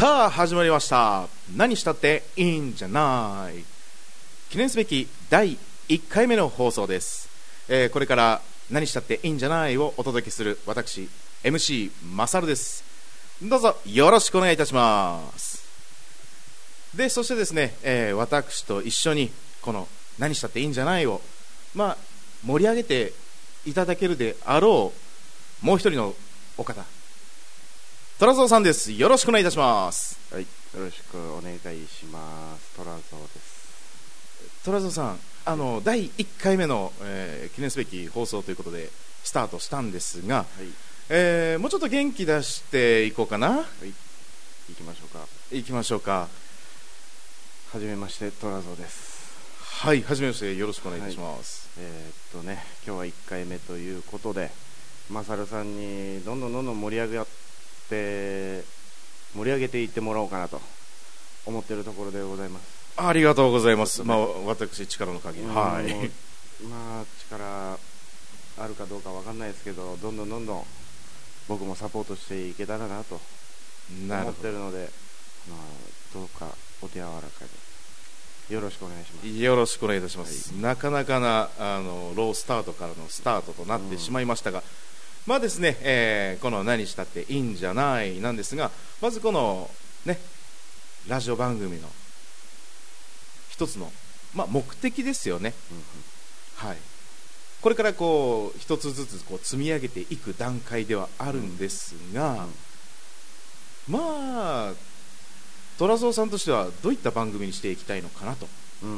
さあ始まりました。何したっていいんじゃない。記念すべき第1回目の放送です。これから何したっていいんじゃないをお届けする私 MC マサルです。どうぞよろしくお願いいたします。でそしてですね、私と一緒にこの何したっていいんじゃないを盛り上げていただけるであろうもう一人のお方、虎蔵さんです。よろしくお願いいたします。 はい、よろしくお願いします。虎蔵です。 虎蔵さん、第1回目の、記念すべき放送ということでスタートしたんですが、 はい、 もうちょっと元気出していこうかな。はい、 行きましょうか。 行きましょうか。 はじめまして、虎蔵です。 はい、はじめまして、よろしくお願いいたします。 今日は1回目ということで、マサルさんにどんどん盛り上げていってもらおうかなと思っているところでございます。 ありがとうございます。私力の限り、はい、 力あるかどうかわかんないですけど、どんどん僕もサポートしていけたらなと思っているので、どうかお手柔らかによろしくお願いします。 よろしくお願いいたします。はい、なかなかなロースタートからのスタートとなってしまいましたが、ですね、この何したっていいんじゃないなんですが、まずこのねラジオ番組の一つの、目的ですよね。はい、これからこう一つずつこう積み上げていく段階ではあるんですが、虎蔵さんとしてはどういった番組にしていきたいのかなと。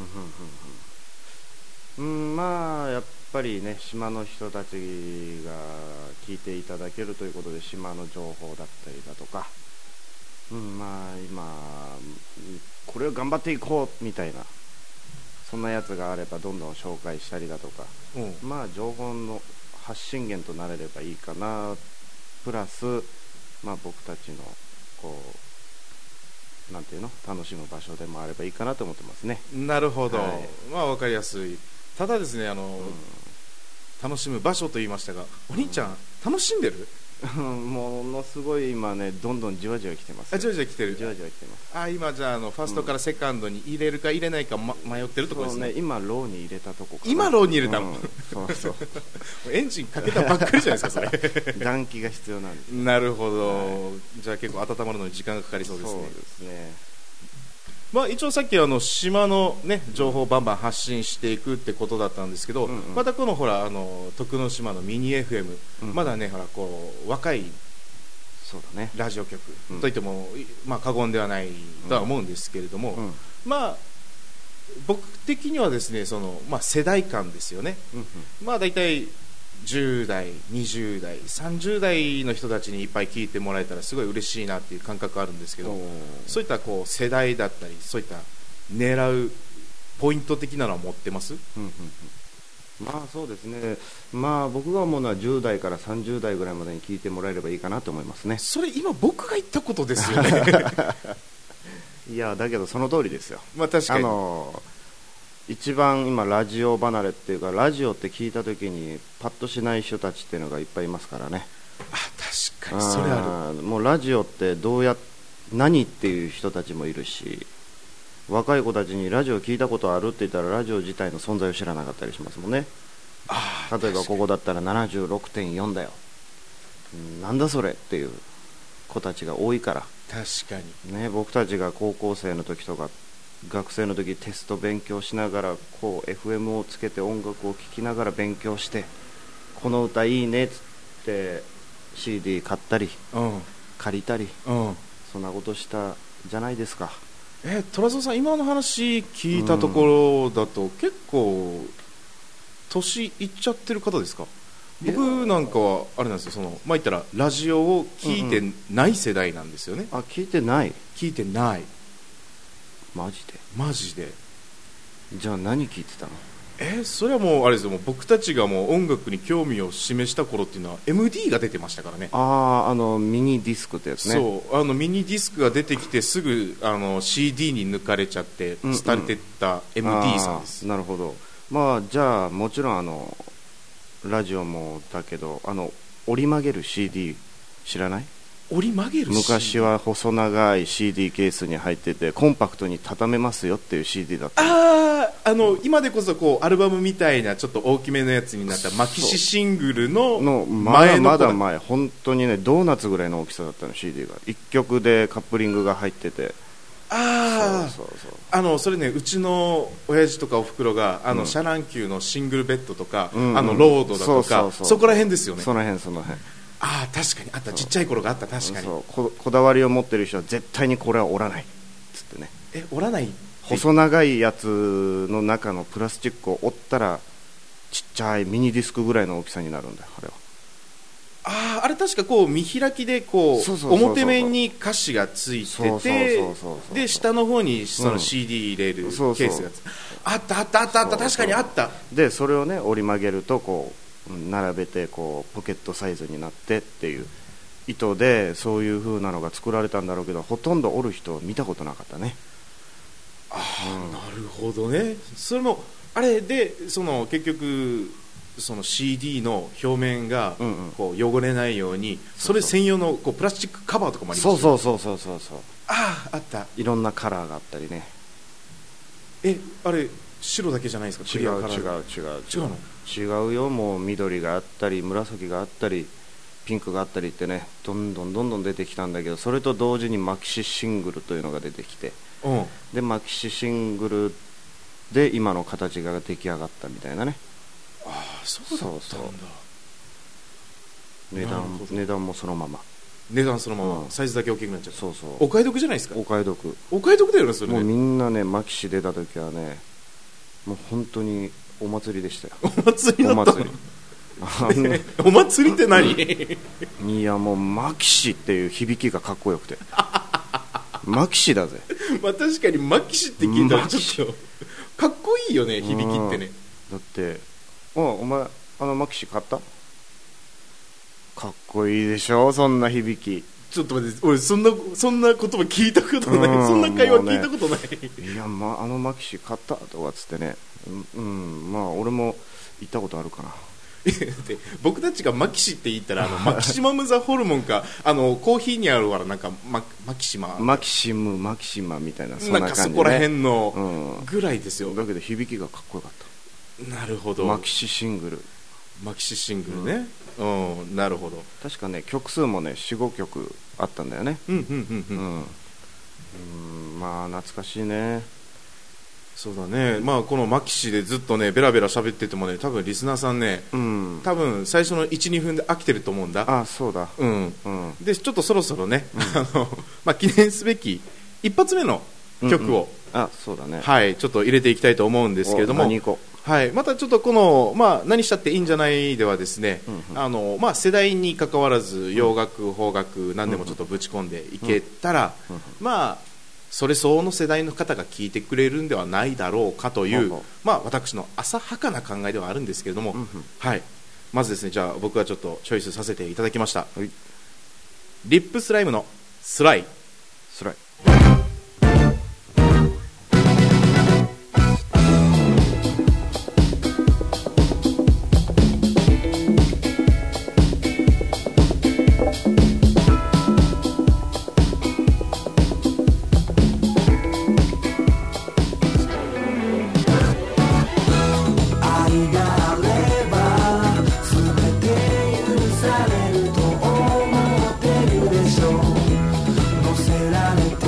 やっぱりね、島の人たちが聞いていただけるということで、島の情報だったりだとか、今これを頑張っていこうみたいな、そんなやつがあればどんどん紹介したりだとか、情報の発信源となれればいいかな。プラス、僕たちのこうなんていうの、楽しむ場所でもあればいいかなと思ってますね。 なるほど、分かりやすい。ただですね、楽しむ場所と言いましたが、お兄ちゃん、楽しんでる？ ものすごい今ね、どんどんじわじわ来てます。 じわじわ来てる。 じわじわ来てます。 今じゃあファーストからセカンドに入れるか入れないか、迷ってるところですね。 今ローに入れたとこかな。 今ローに入れたの、 そうエンジンかけたばっかりじゃないですかそれ。 暖気が必要なんです。 なるほど、じゃあ結構温まるのに時間がかかりそうですね。 そうですね。 一応さっき島の、情報をバンバン発信していくってことだったんですけど、またこの徳之島のミニ FM、まだねこう若いラジオ局といっても、過言ではないとは思うんですけれども、僕的にはですね、世代間ですよね。だいたい10代、20代、30代の人たちにいっぱい聞いてもらえたらすごい嬉しいなっていう感覚あるんですけど、そういったこう世代だったり、そういった狙うポイント的なのは持ってます？ そうですね。僕が思うのは10代から30代ぐらいまでに聞いてもらえればいいかなと思いますね。 それ今僕が言ったことですよね。 いやだけどその通りですよ。 確かに一番今ラジオ離れっていうか、ラジオって聞いた時にパッとしない人たちっていうのがいっぱいいますからね。 確かにそれある。 もうラジオって何っていう人たちもいるし、若い子たちにラジオ聞いたことあるって言ったらラジオ自体の存在を知らなかったりしますもんね。例えばここだったら 76.4 だよ、なんだそれっていう子たちが多いから。 確かにね、僕たちが高校生の時とか学生の時、テスト勉強しながらこう FM をつけて音楽を聴きながら勉強して、この歌いいねっつって CD 買ったり、借りたり、そんなことしたじゃないですか。 虎蔵さん、今の話聞いたところだと、結構年いっちゃってる方ですか？僕なんかはあれなんですよ、言ったらラジオを聞いてない世代なんですよね。 聞いてない。 聞いてない。 マジで？ マジで。 じゃあ何聞いてたの？ それはもうあれですよ、もう僕たちがもう音楽に興味を示した頃っていうのは MD が出てましたからね。 ミニディスクってやつね。 そう、ミニディスクが出てきてすぐCD に抜かれちゃって廃れてった MD さんです。 なるほど。じゃあもちろんラジオもだけど折り曲げる CD 知らない？ 折り曲げる CD。 昔は細長い CD ケースに入っててコンパクトに畳めますよっていう CD だった。 今でこそこうアルバムみたいなちょっと大きめのやつになったマキシシングルの前のまだ前、本当にねドーナツぐらいの大きさだったの CD が。1曲でカップリングが入ってて、 それね、うちの親父とかおふくろがシャラン級のシングルベッドとか、ロードだとか、そこら辺ですよね。 その辺確かにあった。ちっちゃい頃があった。確かにこだわりを持ってる人は絶対にこれは折らないっつってね。 折らない？ 細長いやつの中のプラスチックを折ったらちっちゃいミニディスクぐらいの大きさになるんだよ、あれは。 あれ確かこう見開きでこう表面に歌詞がついてて、で下の方にその CD 入れるケースがあった。確かにあった。 でそれをね折り曲げるとこう並べてこうポケットサイズになってっていう意図でそういう風なのが作られたんだろうけど、ほとんど折る人を見たことなかったね。 なるほどね。それもあれでその結局その CD の表面がこう汚れないようにそれ専用のこうプラスチックカバーとかもありますよね。 そうあった。 いろんなカラーがあったりね。 あれ白だけじゃないですか？ 違うの？違うよ。もう緑があったり紫があったりピンクがあったりってね、どんどん出てきたんだけど、それと同時にマキシシングルというのが出てきて、でマキシシングルで今の形が出来上がったみたいなね。 そうだったんだ。 値段もそのまま。 サイズだけ大きくなっちゃう。 そうお買い得じゃないですか？ お買い得だよね、それね。 もうみんなねマキシ出た時はね、もう本当にお祭りでしたよ。 お祭りだったの？お祭りって何？ いやもうマキシっていう響きがかっこよくてマキシだぜ。 確かにマキシって聞いたらちょっとかっこいいよね、響きってね。 だってお前マキシ買った？かっこいいでしょ、そんな響き。 ちょっと待って、俺そんな言葉聞いたことない。そんな会話聞いたことない。 いや、マキシ買ったとかつってね。俺も行ったことあるかな。 で僕たちがマキシって言ったらマキシマム・ザ・ホルモンかコーヒーにあるわらなんかマキシマみたいな、そんな感じで、ね、なんかそこら辺のぐらいですよ。 だけど響きがかっこよかった。 なるほど。 マキシシングルね。なるほど。 確かね曲数もね 4,5 曲あったんだよね。懐かしいね。 そうだね。このマキシでずっとねベラベラ喋っててもね、多分リスナーさんね、多分最初の 1,2 分で飽きてると思うんだ。 そうだ。 でちょっとそろそろね、記念すべき一発目の曲を、 そうだね。 ちょっと入れていきたいと思うんですけれども、またちょっとこの、何したっていいんじゃないではですね、世代に関わらず洋楽、邦楽何でもちょっとぶち込んでいけたら、それ相応の世代の方が聞いてくれるんではないだろうかという、私の浅はかな考えではあるんですけれども、まずですね、じゃあ僕はちょっとチョイスさせていただきました。リップスライムのスライ。 乗せられて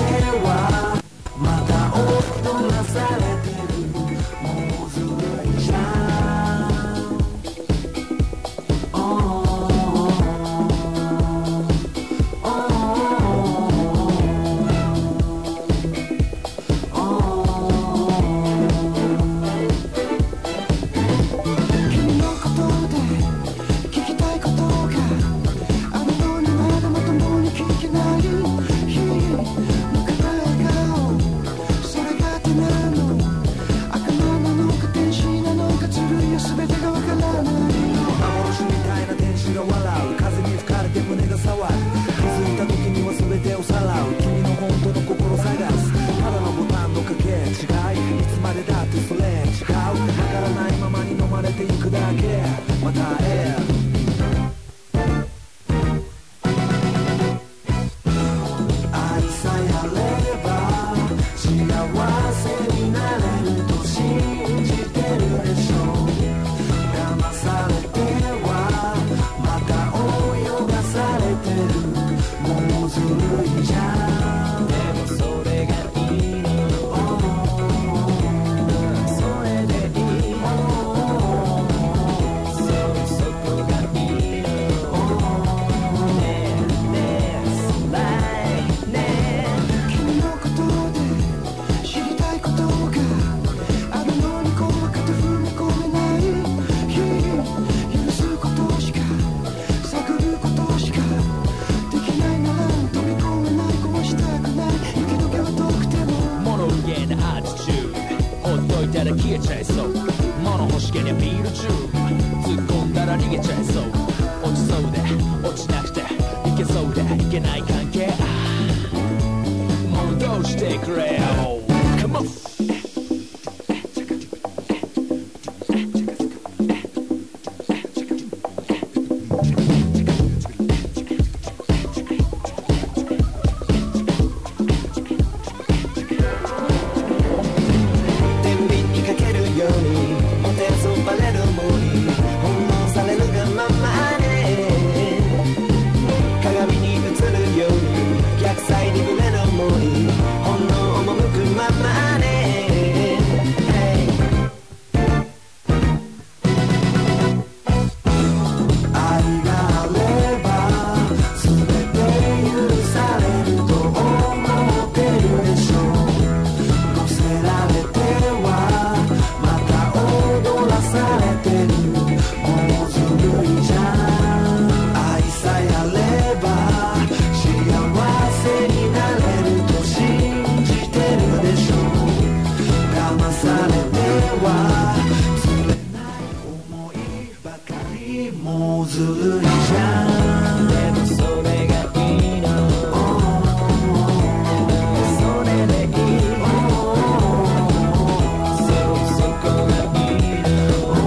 もうずるいじゃん。でもそれがいいの。それでいいの。そこがいいの。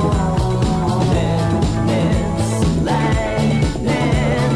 ねねスライね。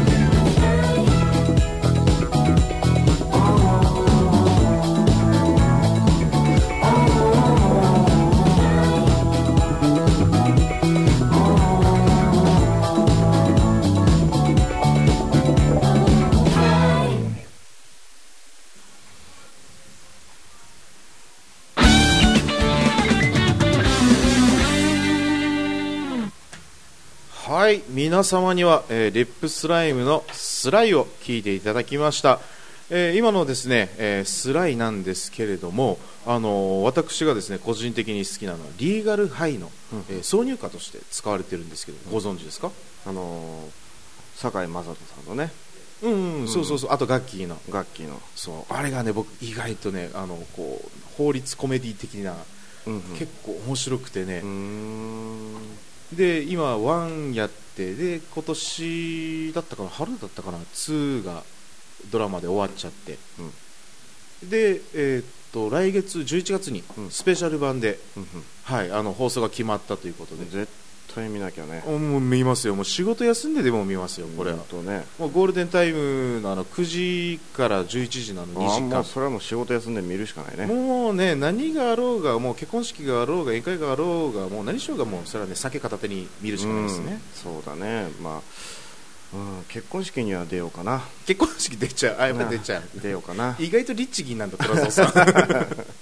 はい、皆様には、リップスライムのスライを聞いていただきました。今のですね、スライなんですけれども、私がですね個人的に好きなのはリーガルハイの、挿入歌として使われてるんですけど、ご存知ですか？ 堺雅人さんのね、 そうそうそう、あとガッキーの、 そうあれがね、僕意外とね、こう法律コメディ的な、結構面白くてね、で今1やって、で今年だったかな、春だったかな、2がドラマで終わっちゃって、で来月11月にスペシャル版で、はい、放送が決まったということで、 絶対見なきゃね。 もう見ますよ。もう仕事休んででも見ますよ、これは。 ね、 もうゴールデンタイムの9時から11時の2時間、 それはもう仕事休んで見るしかないね。 もうね、何があろうが、もう結婚式があろうが宴会があろうが、もう何しようが、もうそれはね、酒片手に見るしかないですね。 そうだね、まあ結婚式には出ようかな。 結婚式出ちゃう、やっぱり出ちゃう、 出ようかな。 意外とリッチギンなんだ、虎蔵さん。 いやもう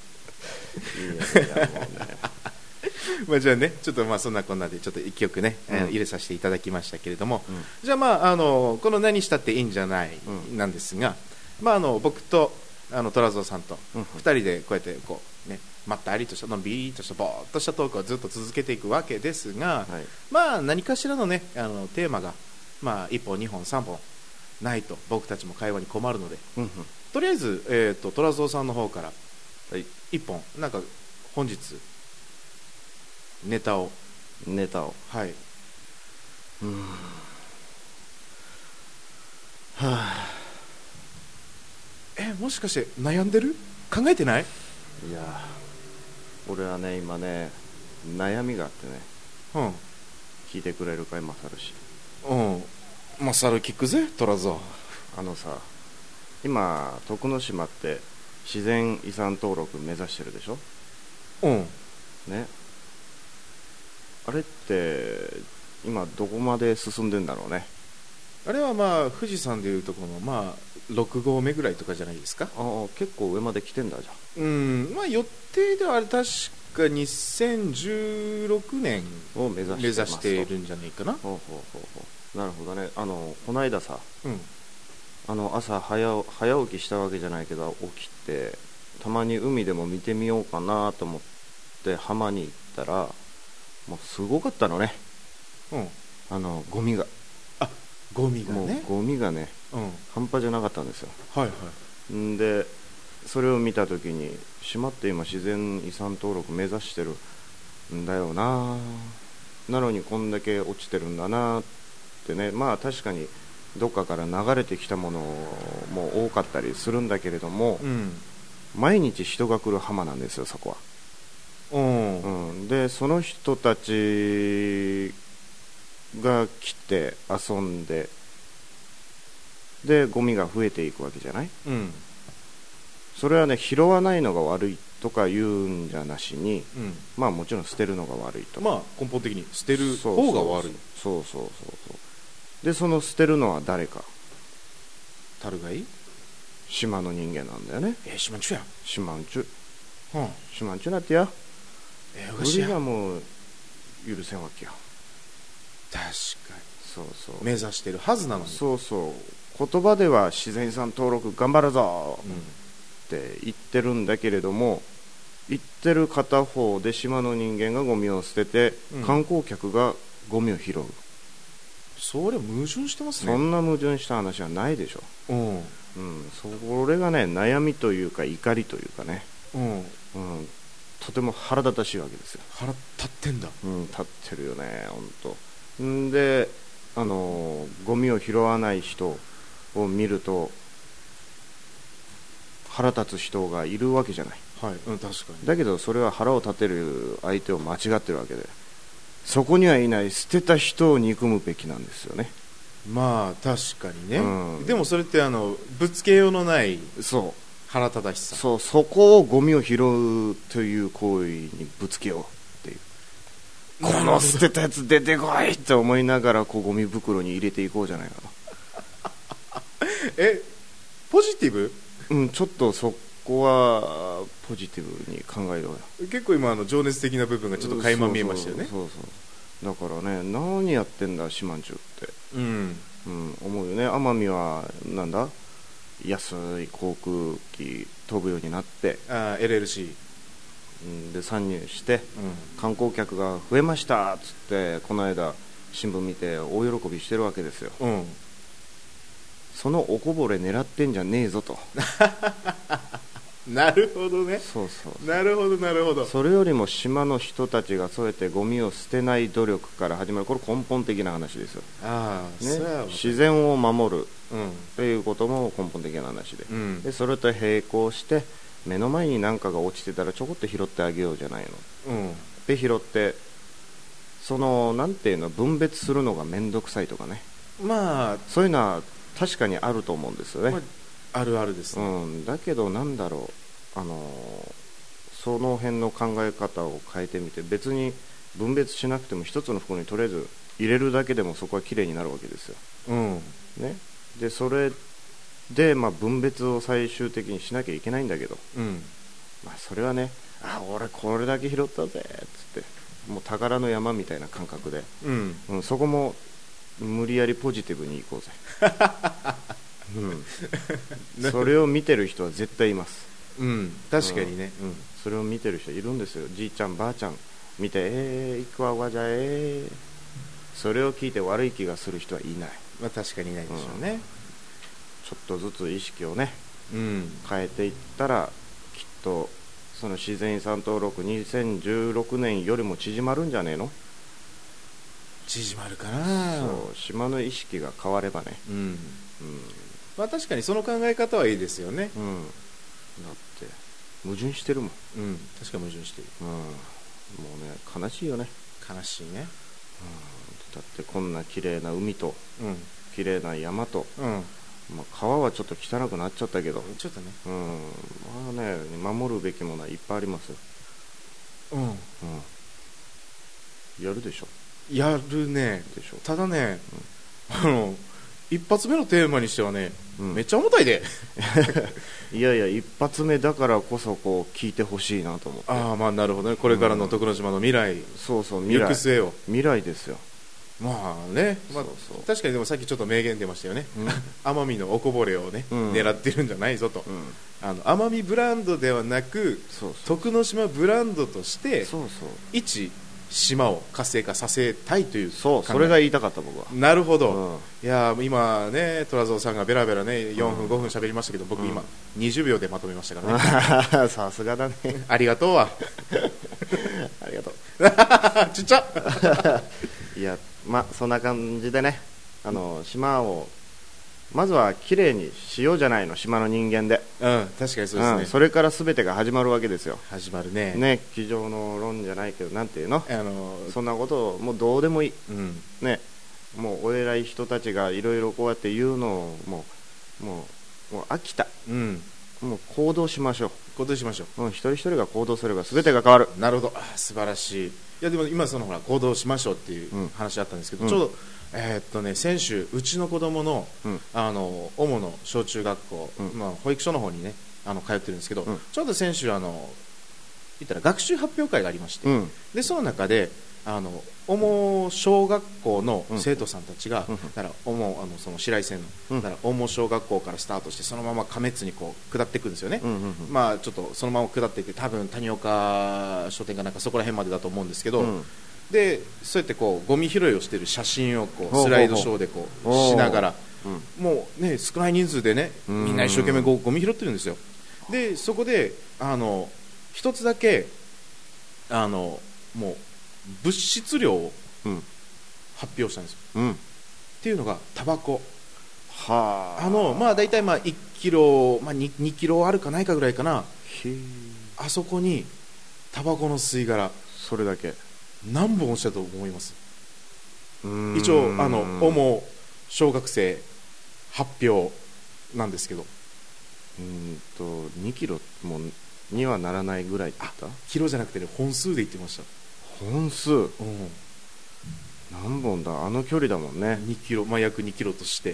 ねまあじゃあね、ちょっとまあそんなこんなでちょっと1曲ね、入れさせていただきましたけれども、じゃあまあこの何したっていいんじゃないなんですが、まあ僕と虎蔵さんと2人でこうやってこうね、まったりとしたのんびりとしたぼーっとしたトークをずっと続けていくわけですが、まあ何かしらのねテーマがまあ1本2本3本ないと僕たちも会話に困るので、とりあえず虎蔵さんの方から1本なんか本日ネタをはい、もしかして悩んでる？考えてない？ いや俺はね今ね悩みがあってね、聞いてくれるかいマサル氏。 マサル聞くぜ虎蔵。 さ、今徳之島って自然遺産登録目指してるでしょ。ね、あれって今どこまで進んでんだろうね。 あれはまあ富士山でいうとこのまあ6合目ぐらいとかじゃないですか。 結構上まで来てんだじゃん。まあ予定ではあれ確か2016年を目指しているんじゃないかな。 なるほどね。この間さ、朝早起きしたわけじゃないけど起きてたまに海でも見てみようかなと思って浜に行ったらもうすごかったのね、ゴミがね、もうゴミがね、半端じゃなかったんですよ。でそれを見た時に島って今自然遺産登録目指してるんだよな、なのにこんだけ落ちてるんだなってね。まあ確かにどっかから流れてきたものも多かったりするんだけれども、毎日人が来る浜なんですよそこは。でその人たちが来て遊んで、でゴミが増えていくわけじゃない、それはね拾わないのが悪いとか言うんじゃなしに、まあもちろん捨てるのが悪いと、 まあ根本的に捨てる方が悪い。 そうでその捨てるのは誰かたるがい島の人間なんだよね。 島んちゅや島んちゅ島んちゅなってや俺がもう許せんわけよ。 確かにそう目指してるはずなのに。 言葉では自然遺産登録頑張るぞって言ってるんだけれども、言ってる片方で島の人間がゴミを捨てて、観光客がゴミを拾う。 それ矛盾してますね。 そんな矛盾した話はないでしょ。それがね悩みというか怒りというかね、とても腹立たしいわけですよ。 腹立ってんだ。 立ってるよね本当。 んでゴミを拾わない人を見ると腹立つ人がいるわけじゃない。 はい、確かに。 だけどそれは腹を立てる相手を間違ってるわけで、そこにはいない捨てた人を憎むべきなんですよね。 まあ確かにね、 うんでもそれってぶつけようのないそう腹立たしさ。 そう、そこをゴミを拾うという行為にぶつけようっていう、この捨てたやつ出てこいって思いながらこうゴミ袋に入れていこうじゃないかポジティブ？ ちょっとそこはポジティブに考えようよ。 結構今情熱的な部分がちょっと垣間見えましたよね。 そうだからね、何やってんだ四万十って、思うよね。奄美はなんだ、安い航空機飛ぶようになって、 LLC で参入して、観光客が増えましたっつってこの間新聞見て大喜びしてるわけですよ、そのおこぼれ狙ってんじゃねえぞとなるほどね。 そうなるほどなるほど。 それよりも島の人たちがそうやってゴミを捨てない努力から始まる、これ根本的な話ですよ。自然を守るということも根本的な話で、でそれと並行して目の前に何かが落ちてたらちょこっと拾ってあげようじゃないの、で拾ってそのなんていうの、分別するのが面倒くさいとかね、 まあそういうのは確かにあると思うんですよね、 あるあるですね、 だけどなんだろう、その辺の考え方を変えてみて、別に分別しなくても一つの袋にとりあえず入れるだけでもそこはきれいになるわけですよ、ね、でそれで、分別を最終的にしなきゃいけないんだけど、それはね、俺これだけ拾ったぜっつってもう宝の山みたいな感覚で、そこも無理やりポジティブにいこうぜそれを見てる人は絶対います、 確かにね、 それを見てる人いるんですよ。じいちゃんばあちゃん見て行くわわじゃそれを聞いて悪い気がする人はいない、 確かにいないでしょうね、 ちょっとずつ意識をね、変えていったらきっとその自然遺産登録2016年よりも縮まるんじゃねえの。 縮まるかな。 そう島の意識が変わればね、 確かにその考え方はいいですよね、 だって矛盾してるもん、 確かに矛盾してる、 もうね悲しいよね。 悲しいね、 だってこんな綺麗な海と、綺麗な山と、川はちょっと汚くなっちゃったけど、 ちょっとね、 守るべきものはいっぱいありますよ。やるでしょ。 やるね。 でしょ。 ただね、一発目のテーマにしてはね、めっちゃ重たいでいやいや、一発目だからこそこう聞いてほしいなと思って。 なるほどね。これからの徳之島の未来、 そうそう、 行く末を、 未来ですよ。 確かにでもさっきちょっと明言出ましたよね、奄美のおこぼれをね、狙ってるんじゃないぞと、奄美ブランドではなく徳之島ブランドとして一島を活性化させたいという、 それが言いたかった僕は。 なるほど、いや今ね虎蔵さんがベラベラね4分5分喋りましたけど、僕今20秒でまとめましたからねさすがだねありがとうわありがとうちっちゃいやそんな感じでね、島をまずはきれいにしようじゃないの、島の人間で。 確かにそうですね、 それから全てが始まるわけですよ。 始まるね。 机上の論じゃないけど、なんていうの、そんなこともうどうでもいい、ね、もうお偉い人たちがいろいろこうやって言うのをもう飽きた、もう行動しましょう。 行動しましょう。 一人一人が行動すれば全てが変わる。 なるほど、素晴らしい。いやでも今ほら行動しましょうっていう話あったんですけど、ちょうど先週うちの子供の主の小中学校、保育所の方にね通ってるんですけど、ちょうど先週言ったら学習発表会がありまして、でその中で主小学校の生徒さんたちが、だからその白井線の、だから主小学校からスタートしてそのまま亀津にこう下っていくんですよね。ちょっとそのまま下っていって多分谷岡商店かなんかそこら辺までだと思うんですけど、でそうやってこうゴミ拾いをしている写真をこうスライドショーでこうしながら、もうね少ない人数でねみんな一生懸命ゴミ拾ってるんですよ。でそこで一つだけもう物質量を発表したんですよ。 うんっていうのがタバコ、 はあまあ大体まあ1キロ、まあ、2キロあるかないかぐらいかな、 へえあそこにタバコの吸い殻それだけ何本落ちたと思います？ うーん一応主小学生発表なんですけど、 2キロもにはならないぐらいって言った？ キロじゃなくてね、本数で言ってました。 本数何本だ、あの距離だもんね。 2キロ、まあ、約2キロとして、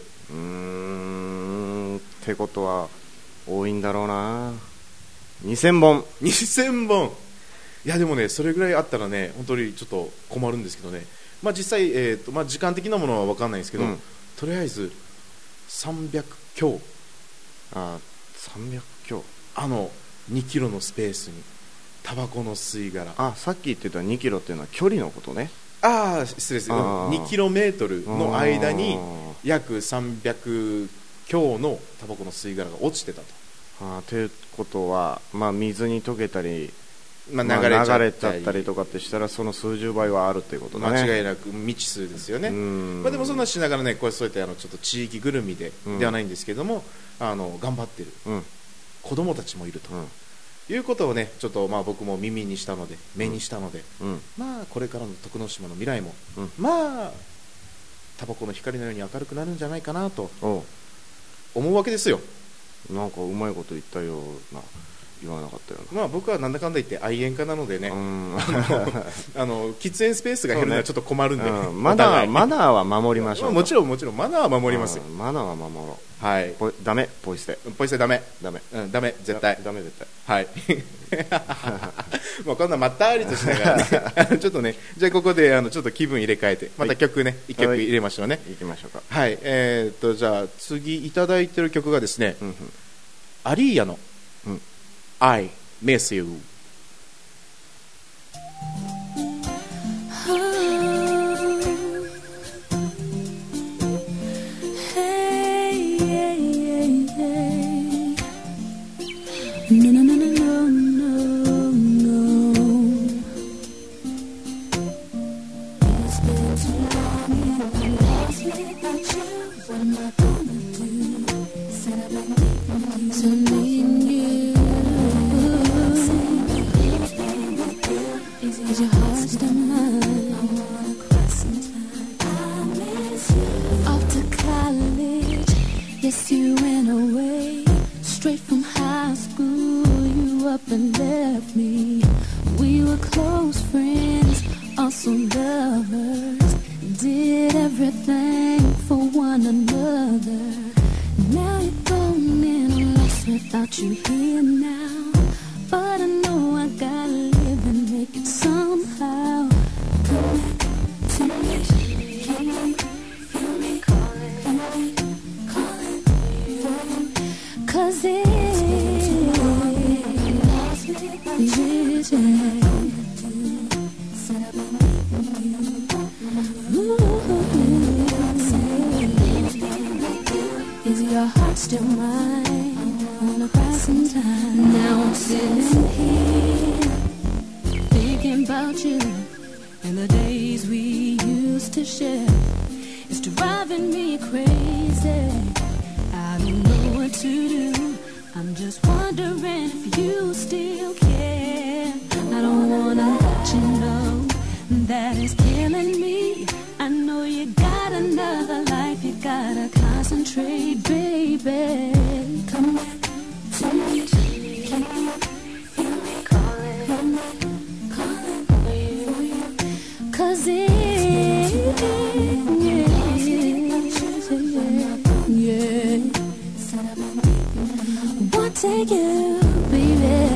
ってことは多いんだろうな。2000本 2000本。いやでもね、それぐらいあったらね、本当にちょっと困るんですけどね、まあ、実際、まあ、時間的なものは分かんないんですけど、とりあえず300強、 300強、 2キロのスペースにタバコの吸い殻、 さっき言ってた2キロっていうのは距離のことね。 失礼です、2キロメートルの間に約300強のタバコの吸い殻が落ちてたと。 ということは、まあ、水に溶けたり、 流れちゃったりとかってしたらその数十倍はあるということだね。 間違いなく未知数ですよね。まあ、でもそんなしながらね、これそうやってちょっと地域ぐるみではないんですけども、頑張ってる子供たちもいると、いうことをね、ちょっとまあ僕も耳にしたので、目にしたので、まあこれからの徳之島の未来も、まあタバコの光のように明るくなるんじゃないかなと思うわけですよ。 なんかうまいこと言ったような、言わなかったよまあ僕はなんだかんだ言って愛煙家なのでね、喫煙スペースが減るのはちょっと困るんで、 マナーは守りましょう。 もちろんマナーは守りますよ。 マナーは守ろう。 はい。 ダメ、ポイ捨てダメ、ダメ、絶対ダメ、絶対。 はい。もうこんなまったりとしながらねちょっとね、じゃあここでちょっと気分入れ替えてまた曲ね、1曲入れましょうね。 いきましょうか。 はい。じゃあ次いただいてる曲がですね、アリーヤのI miss you。 No, no, no, no, no, no, no. It's been too long and I'm lost without you. What am I gonna do? Said I've been needing you. Is your heart still mine? I wanna cry sometime. I miss you. Off to college, yes, you went away. Straight from high school, you up and left me. We were close friends, also lovers. Did everything for one another. Now you're gone and I'm lost without you here now. But I know I gotta live and make it somehow. Come back to me, feel me calling, cause it's is your heart still mine? I wanna cry sometime. Now I'm sitting here thinking about you and the days we used to share. It's driving me crazy. I don't know what to do. I'm just wondering if you still care. I don't wanna let you know that it's killing me. I know you got another life, you gotta concentrate, baby. Come back to me, can you feel me calling, for you? Cause what take you, baby?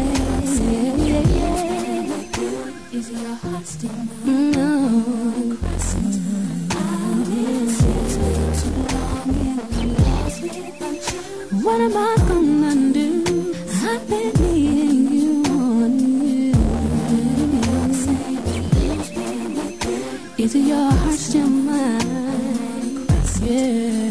Is your heart still mine? No. What am I gonna do? I've been needing you on you. Is your heart still mine? Yeah.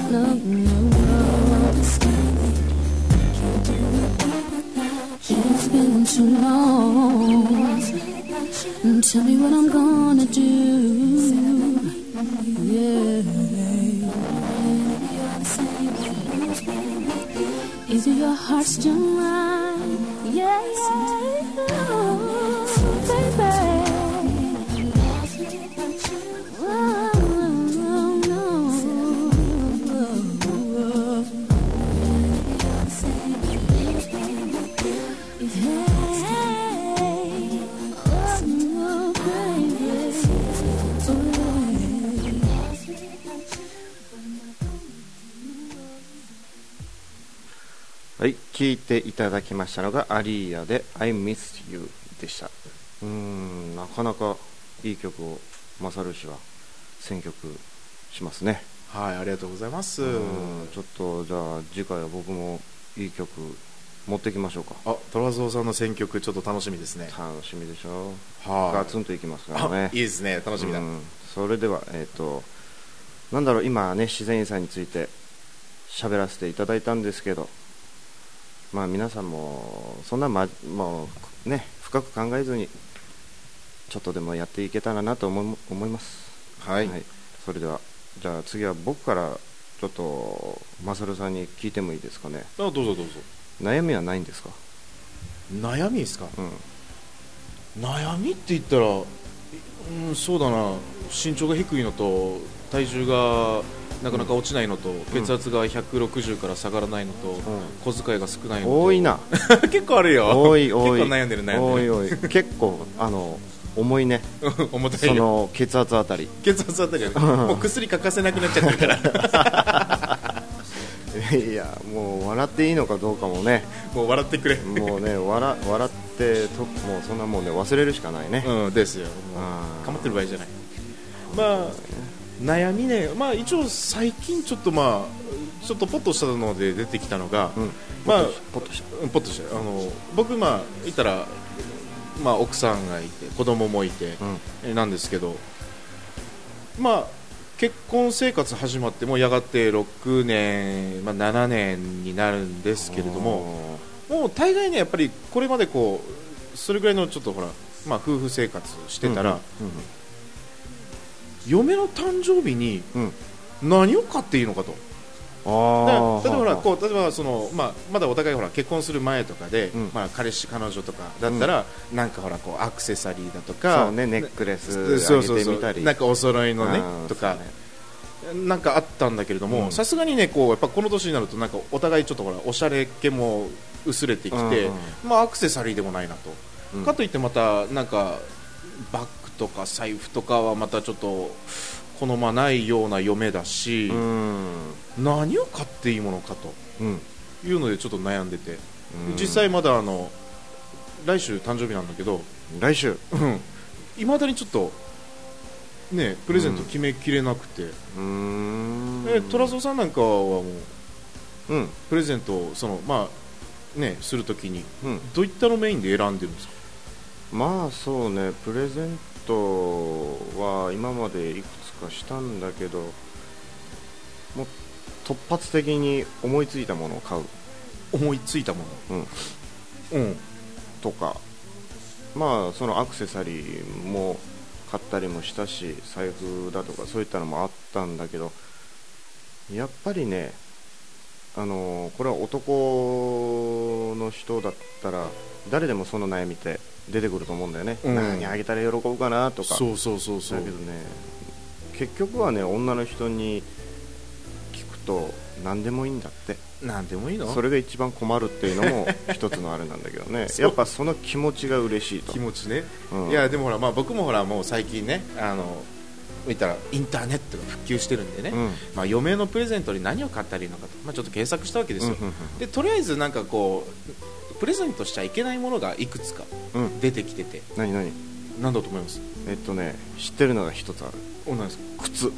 no, no. It's been too long. Tell me what I'm gonna do. Yeah. Is your heart still mine? Yeah, yeah. Oh, baby. はい、聴いていただきましたのがアリーヤで I Miss You でした。なかなかいい曲をマサル氏は選曲しますね。 はい、ありがとうございます。 ちょっとじゃあ次回は僕もいい曲持ってきましょうか。 虎蔵さんの選曲ちょっと楽しみですね。 楽しみでしょ。 ガツンといきますからね。 いいですね、楽しみだ。 それではなんだろう、今ね自然遺産について喋らせていただいたんですけど、まあ皆さんもそんなもうね深く考えずにちょっとでもやっていけたらなと思います。 はい、 それではじゃあ次は僕からちょっとマサルさんに聞いてもいいですかね。 どうぞどうぞ。 悩みはないんですか？ 悩みですか？悩みって言ったら、そうだな、身長が低いのと体重がなかなか落ちないのと、血圧が160から下がらないのと、小遣いが少ないのと、 多いな結構あるよ。 多い結構悩んでる多い結構重いね重たいよ。 その血圧あたりはもう薬欠かせなくなっちゃってるからいやもう笑っていいのかどうかもね、 もう笑ってくれ。 もうね笑ってもうそんなもんね忘れるしかないね。 ですよ。かまってる場合じゃない。まあ悩みね、まあ一応最近ちょっとポッとしたので出てきたのが、ポッとした僕言ったら奥さんがいて子供もいて、なんですけど、結婚生活始まってもうやがて6年、7年になるんですけれども、もう大概ねやっぱりこれまでそれぐらいのちょっとほら、夫婦生活してたら、嫁の誕生日に何を買っていいのかと。例えばまだお互いほら結婚する前とかで、彼氏彼女とかだったら、なんかほらアクセサリーだとか、 そうね、ネックレスあげてみたり、 なんかお揃いのねとか、なんかあったんだけれども、さすがにねやっぱこの年になるとなんかお互いちょっとほらおしゃれ気も薄れてきて、アクセサリーでもないなと、かといってまたなんかバッグとか財布とかはまたちょっと好まないような嫁だし、何を買っていいものかというのでちょっと悩んでて、実際まだ来週誕生日なんだけど、 来週いまだにちょっとねプレゼント決めきれなくて、虎蔵さんなんかはもう、プレゼントをするときにどういったのメインで選んでるんですか？ そうね、プレゼントは今までいくつかしたんだけど、もう突発的に思いついたものを買う。 思いついたもの、 とか、そのアクセサリーも買ったりもしたし、財布だとかそういったのもあったんだけど、やっぱりね、これは男の人だったら誰でもその悩みって出てくると思うんだよね。何あげたら喜ぶかなとか。 そうだけどね、結局はね、女の人に聞くと何でもいいんだって。 何でもいいの？ それが一番困るっていうのも一つのあれなんだけどねやっぱその気持ちが嬉しいと。 気持ちね、いやでもほら、僕もほらもう最近ね見たらインターネットが普及してるんでね、嫁のプレゼントに何を買ったらいいのかと、ちょっと検索したわけですよ。でとりあえずなんかプレゼントしちゃいけないものがいくつか出てきてて、 何だと思います？ 知ってるのが一つある。 何ですか？ 靴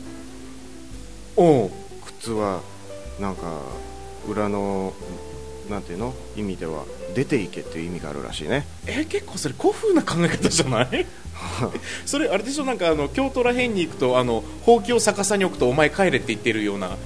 はなんか裏のなんていうの意味では出ていけっていう意味があるらしいね。 結構それ古風な考え方じゃないそれあれでしょ、なんか京都ら辺に行くとほうきを逆さに置くとお前帰れって言ってるような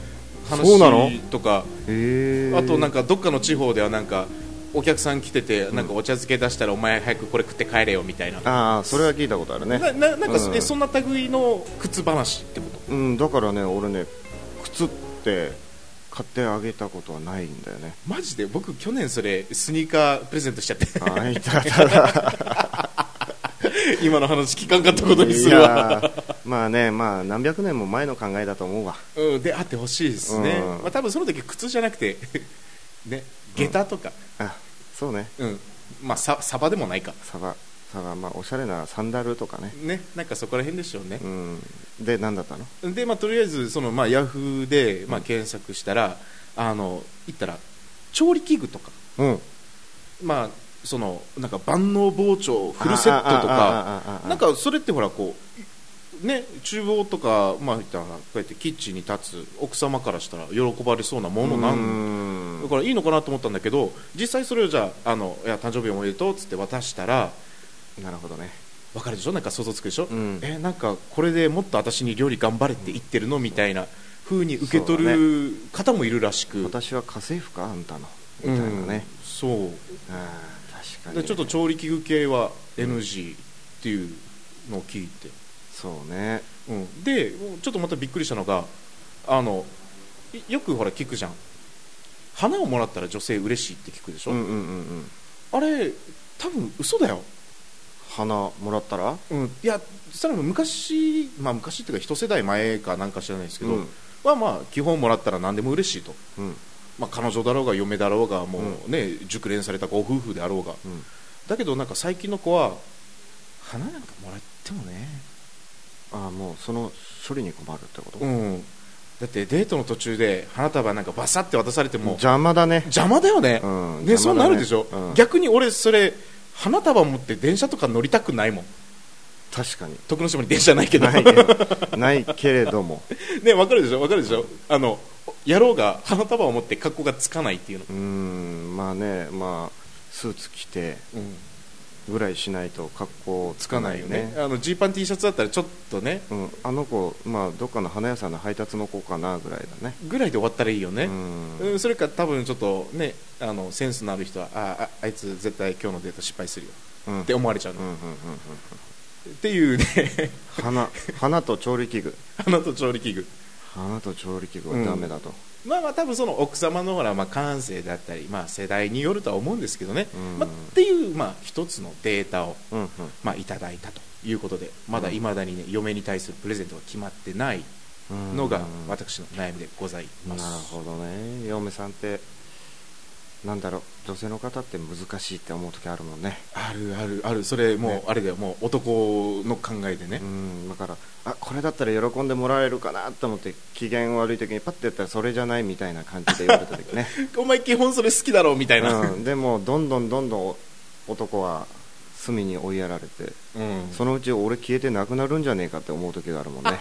そうなの話とか、あとなんかどっかの地方ではなんかお客さん来ててなんかお茶漬け出したらお前早くこれ食って帰れよみたいな、 ああそれは聞いたことあるね。 なんか、そんな類の靴話ってこと？ だからね俺ね靴って買ってあげたことはないんだよね。 マジで僕去年それスニーカープレゼントしちゃっていた今の話聞かんかったことにするわ。 まあね、まあ何百年も前の考えだと思うわ。 であってほしいですね。まあ多分その時靴じゃなくてね、下駄とか、 そうね、 まあサバでもないか、 サバまあおしゃれなサンダルとかね、 なんかそこら辺でしょうね。 で何だったの？ でまあとりあえずそのまあヤフーでまあ検索したら言ったら調理器具とか、まあそのなんか万能包丁フルセットとか、なんかそれってほらこうね、厨房とかまあ言ったらこうやってキッチンに立つ奥様からしたら喜ばれそうなものなんだからいいのかなと思ったんだけど、実際それをじゃあいや誕生日おめでとうっつって渡したら、 なるほどね、 分かるでしょ、なんか想像つくでしょ、なんかこれでもっと私に料理頑張れって言ってるのみたいな風に受け取る方もいるらしく、 私は家政婦かあんたのみたいなね、 そう、 確かに、 でちょっと調理器具系は NG っていうのを聞いて、 そうね、 でちょっとまたびっくりしたのがよくほら聞くじゃん、花をもらったら女性嬉しいって聞くでしょ、あれ多分嘘だよ。 花もらったら、 いやそれも昔、まあ昔っていうか一世代前かなんか知らないですけど、まあ基本もらったら何でも嬉しいと、まあ、彼女だろうが嫁だろうがもうね、熟練されたご夫婦であろうが、だけどなんか最近の子は花なんかもらってもね、 もうその処理に困るってこと？ だってデートの途中で花束なんかバサって渡されても邪魔だね、 邪魔だよね、そうなるでしょ、逆に俺それ花束持って電車とか乗りたくないもん。 確かに徳之島に電車ないけどないけれどもね、分かるでしょ、分かるでしょ、野郎が花束を持って格好がつかないっていうの。 まあね、まあスーツ着てぐらいしないと格好つかないよね。 ジーパン T シャツだったらちょっとね、 あの子、まあどっかの花屋さんの配達の子かなぐらいだね、 ぐらいで終わったらいいよね。それか多分ちょっとね、センスのある人はあいつ絶対今日のデート失敗するよ、って思われちゃうの、っていうね花と調理器具花と調理器具はダメだと、 まあ多分その奥様のほら、まあ、感性だったり、まあ、世代によるとは思うんですけどね、っていう、まあ、一つのデータを、まあ、いただいたということで、まだいまだに、ね、嫁に対するプレゼントが決まってないのが私の悩みでございます。 なるほどね。嫁さんってなんだろう、女性の方って難しいって思う時あるもんね。 ある、それもう、あれだよ、もう男の考えでね。 だからこれだったら喜んでもらえるかなと思って機嫌悪い時にパッてやったらそれじゃないみたいな感じで言われた時ねお前基本それ好きだろみたいな、 でもどんどん男は隅に追いやられて、そのうち俺消えてなくなるんじゃねえかって思う時があるもんね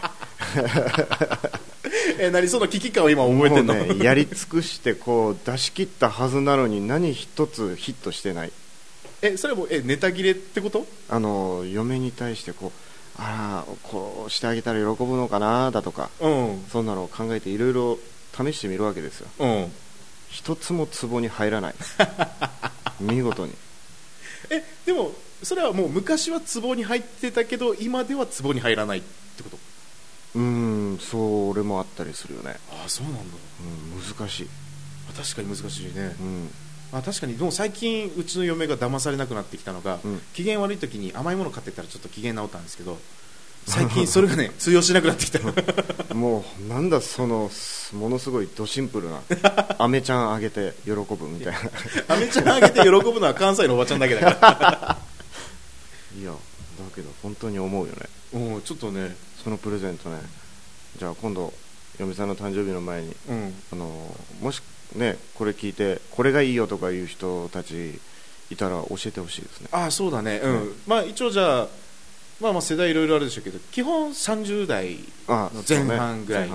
何その危機感を今覚えてんの？ もうね、やり尽くしてこう出し切ったはずなのに何一つヒットしてない。 それもネタ切れってこと？ 嫁に対してこうしてあげたら喜ぶのかなだとか、そんなのを考えていろいろ試してみるわけですよ。一つも壺に入らない見事に。 でもそれはもう昔は壺に入ってたけど今では壺に入らないってこと？ それもあったりするよね。 そうなんだ。 難しい。 確かに難しいね。確かに。でも最近うちの嫁が騙されなくなってきたのが、機嫌悪い時に甘いもの買ってたらちょっと機嫌直ったんですけど、最近それがね通用しなくなってきたもうなんだそのものすごいドシンプルなアメちゃんあげて喜ぶみたいなアメちゃんあげて喜ぶのは関西のおばちゃんだけだからいやだけど本当に思うよね。 ちょっとね、 そのプレゼントね、じゃあ今度嫁さんの誕生日の前に、もしねこれ聞いてこれがいいよとかいう人たちいたら教えてほしいですね。 そうだね。まあ一応じゃあまあ世代いろいろあるでしょうけど、基本30代の前半ぐらい、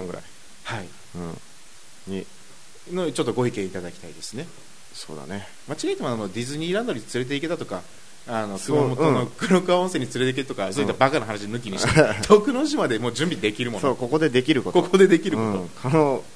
にのちょっとご意見いただきたいですね。 そうだね。 間違えてもディズニーランドに連れて行けたとか、熊本の黒川温泉に連れて行けとか、そういったバカな話抜きにして、徳之島でもう準備できるもの。 ここでできること。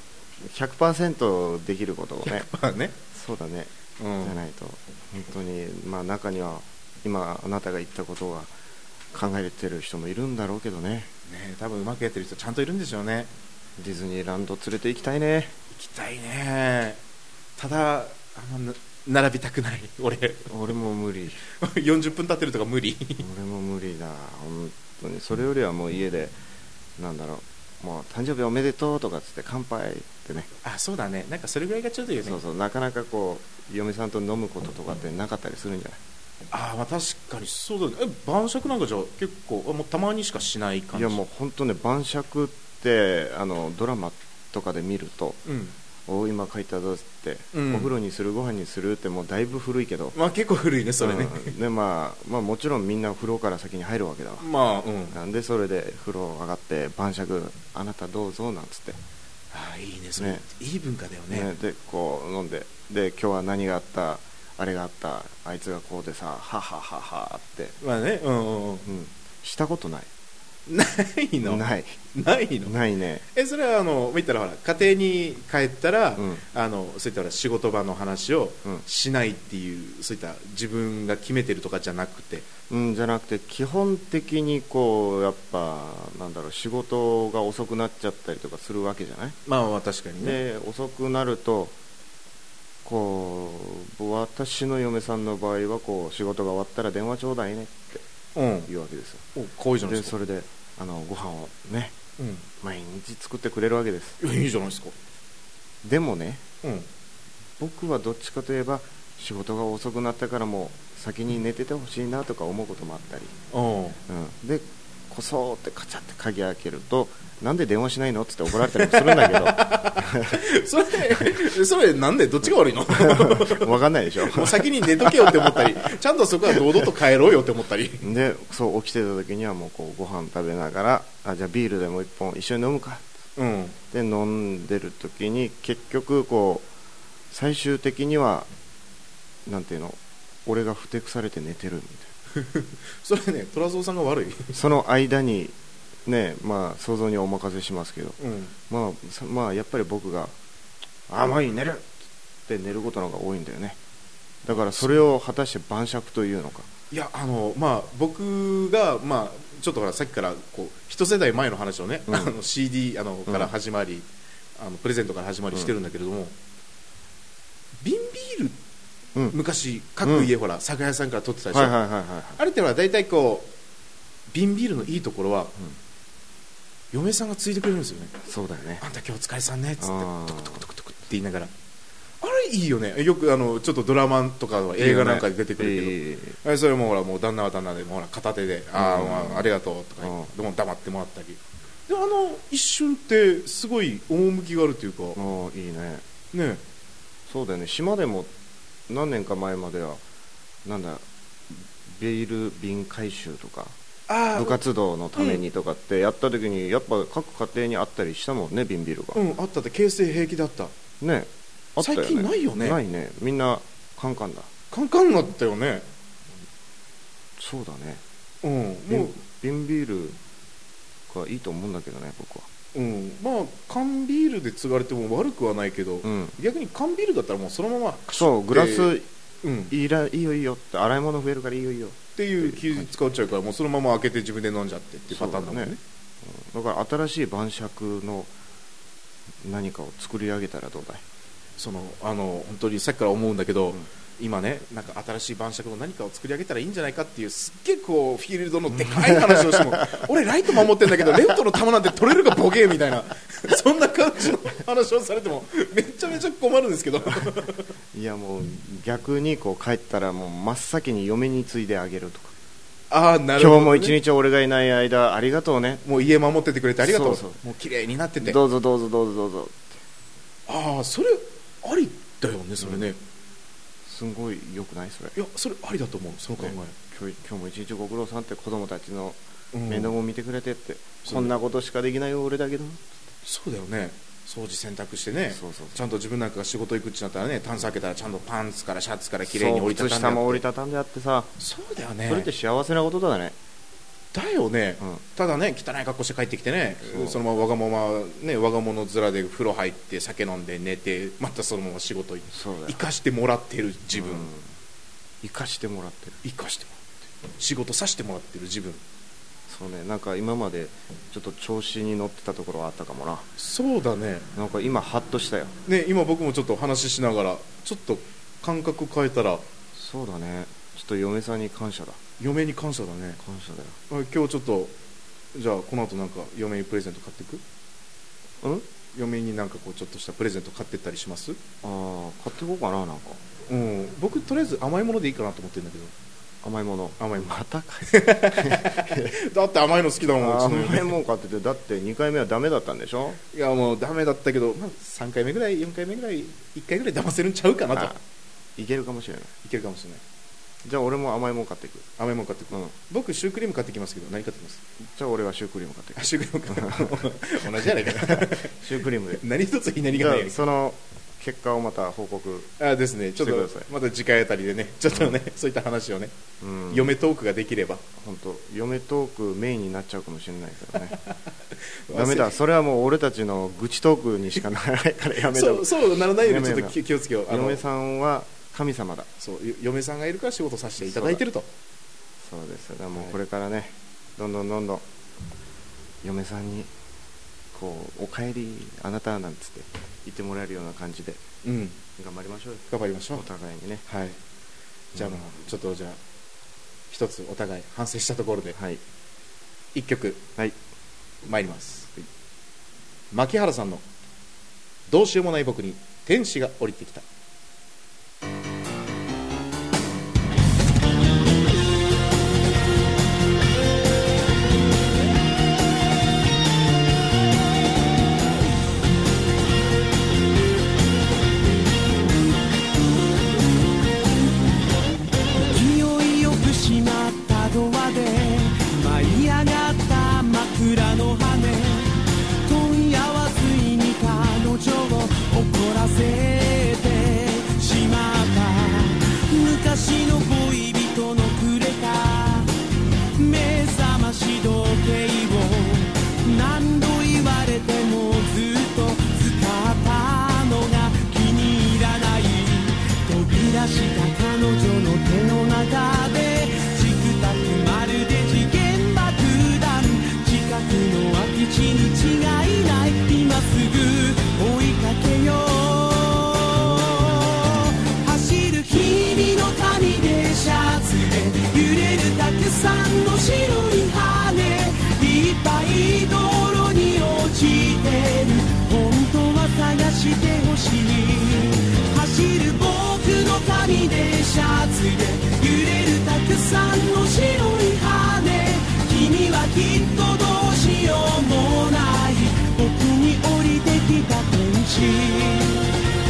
100% できることをねね、 そうだね、 うん、 じゃないと本当に、まあ、中には今あなたが言ったことは考えてる人もいるんだろうけどね。 ね、多分うまくやってる人ちゃんといるんでしょうね。 ディズニーランド連れて行きたいね。 行きたいね。ただ並びたくない俺も無理 40分経ってるとか無理俺も無理だ本当に。それよりはもう家でなんだろう、もう誕生日おめでとうとかつって乾杯ってね。 あ、そうだね、なんかそれぐらいがちょうどいいよね。 そうそう、なかなかこう嫁さんと飲むこととかってなかったりするんじゃない？ あ、まあ確かにそうだね。晩酌なんかじゃ結構もうたまにしかしない感じ。 いやもう本当ね、晩酌ってドラマとかで見ると、 うん、 お今書いたぞって、うん、お風呂にするご飯にするってもうだいぶ古いけど、 まあ結構古いねそれね、 うん、でまあもちろんみんな風呂から先に入るわけだわ。 まあ、うん、 なんでそれで風呂上がって晩酌あなたどうぞなんつって、 ああいいねそれ、ね、いい文化だよ ね。 でこう飲んで、で今日は何があったあれがあったあいつがこうでさははははってまあね、うんうんうん、 したことないないの？ ないの？ ないね。 それは言ったらほら家庭に帰ったら、 うん、 そういったほら仕事場の話をしないっていう、うん、そういった自分が決めてるとかじゃなくて、 じゃなくて基本的にこうやっぱなんだろう、仕事が遅くなっちゃったりとかするわけじゃない。 まあ確かにね。 で遅くなるとこう私の嫁さんの場合はこう仕事が終わったら電話ちょうだいねって言うわけですよ。 かわいいじゃないですか。 でそれでご飯をね、 うん、 毎日作ってくれるわけです。 いいじゃないですか。 でもね、 うん、 僕はどっちかといえば仕事が遅くなったからもう先に寝ててほしいなとか思うこともあったり、うん、でこそってカチャって鍵開けるとなんで電話しないのって怒られたりもするんだけどそれなんでどっちが悪いの分かんないでしょ。 もう先に寝とけよって思ったりちゃんとそこは堂々と帰ろうよって思ったりでそう起きてた時にはもうこうご飯食べながらじゃあビールでも一本一緒に飲むか、 うん、 で飲んでる時に結局こう最終的にはなんていうの、俺がふてくされて寝てるみたいなそれね虎蔵さんが悪いその間にね、まあ想像にお任せしますけど、 うん、 まあやっぱり僕がもういい寝るって寝ることの方が多いんだよね。だからそれを果たして晩酌というのか。 いやまあ僕がまあちょっとほらさっきからこう一世代前の話をね、うん、CD から始まり、プレゼントから始まりしてるんだけれども、瓶ビール昔各家、ほら酒屋さんから取ってたでしょ、あれってのは大体こう瓶ビールのいいところは、嫁さんがついてくれるんですよね。 そうだよね。 あんた今日お疲れさんねっつってトクトクトクトクって言いながら、あれいいよね。よくちょっとドラマとか映画なんかで出てくるけど、それもほらもう旦那は旦那でもほら片手でありがとうとかでも黙ってもらったりで、一瞬ってすごい趣があるというか、 いいね。 ね、 そうだよね。島でも何年か前まではなんだビール瓶回収とか部活動のためにとかってやった時にやっぱ各家庭にあったりしたもんね、瓶ビールが。あったって形成平気だったね。あったよね。 最近ないよね。 ないね。みんなカンカンだ。 カンカンだったよね。 そうだね。 もう瓶ビールがいいと思うんだけどね、僕は。 まあ缶ビールで継がれても悪くはないけど、逆に缶ビールだったらもうそのままそうグラス、いいよいいよって洗い物増えるからいいよいいよっていう気使っちゃうから、もうそのまま開けて自分で飲んじゃってっていうパターンだもんね。 だから新しい晩酌の何かを作り上げたらどうだい。 本当にさっきから思うんだけど、今ねなんか新しい晩酌の何かを作り上げたらいいんじゃないかっていうすっげえこうフィールドのでかい話をしても俺ライト守ってんだけどレフトの球なんて取れるかボケみたいなそんな感じの話をされてもめちゃめちゃ困るんですけどいやもう逆にこう帰ったらもう真っ先に嫁に継いであげるとか、 なるほどね、 今日も一日俺がいない間ありがとうね、 もう家守っててくれてありがとう、もう綺麗になっててどうぞどうぞどうぞどうぞって、それありだよねそれね、 すごい良くないそれ。 いやそれありだと思う、その考え、 今日も一日ご苦労さんって子供たちの面倒も見てくれてって、こんなことしかできないよ俺だけど。 そうだよね。掃除洗濯してね、ちゃんと自分なんかが仕事行くってなったらね、タンス開けたらちゃんとパンツからシャツから綺麗に折りたたんであって、 靴下も折りたたんであってさ、 そうだよね。 それって幸せなことだね。 だよね、 うんただね汚い格好して帰ってきてね、 そうそのままわがままね我が物面で風呂入って酒飲んで寝てまたそのまま仕事そうだよ生かしてもらってる自分、 生かしてもらってる。 生かしてもらってる仕事させてもらってる自分。 そうね、なんか今までちょっと調子に乗ってたところはあったかもな。 そうだね。 なんか今ハッとしたよ。 ね今僕もちょっと話ししながらちょっと感覚変えたらそうだね、ちょっと嫁さんに感謝だ。 嫁に感謝だね。 感謝だよ。 今日ちょっとじゃあこの後なんか嫁にプレゼント買っていく？ うん？ 嫁になんかこうちょっとしたプレゼント買ってったりします？ ああ、買っていこうかな。なんかうん僕とりあえず甘いものでいいかなと思ってるんだけど。 甘いもの。 甘いものまたかい。 だって甘いの好きだもんうちの嫁。 甘いもん買ってて、だって2回目はダメだったんでしょ。 いやもうダメだったけど、まあ、3回目ぐらい4回目ぐらい1回ぐらい騙せるんちゃうかなと。 あいけるかもしれない。 いけるかもしれない。 じゃあ俺も甘いもん買っていく。 甘いもん買ってくる、 うん僕シュークリーム買ってきますけど何買ってきます？ じゃあ俺はシュークリーム買っていく。 あシュークリーム買って同じじゃないかシュークリームで。 何一つひねりじゃあがないその結果をまた報告。 あですねちょっとしてくださいまた次回あたりでねちょっとね、そういった話をね、 うん、 嫁トークができれば。 本当嫁トークメインになっちゃうかもしれないけどね。ダメだ、それはもう俺たちの愚痴トークにしかならないからやめた。 そうならないようにちょっとやめよ気をつけよう。 嫁さんは神様だ。 そう嫁さんがいるから仕事させていただいてると。 そうです。だからもうこれからね、どんどん嫁さんにこうお帰りあなたなんつって言ってもらえるような感じでうん頑張りましょうよ。 頑張りましょう。 お互いにね。 はいじゃあまあちょっとじゃあ一つお互い反省したところではい一曲はい。 参ります、牧原さんのどうしようもない僕に天使が降りてきた。 勢いよく閉まったドアで舞い上がった枕の羽。今夜はついに彼女を怒らせてしまった。昔の恋人のくれた目覚まし時計を何度言われてもずっと使ったのが気に入らない。飛び出した彼女の手の中でチクタクまるで時限爆弾。近くの空き地に違いない。今すぐ追いかけよう。走る君の髪でシャツで揺れるたくさんの白い羽。いっぱい道路に落ちてる。本当は探してほしい。走る僕の髪でシャツで揺れるたくさんの白い羽。君はきっとどうしようもない僕に降りてきた天使。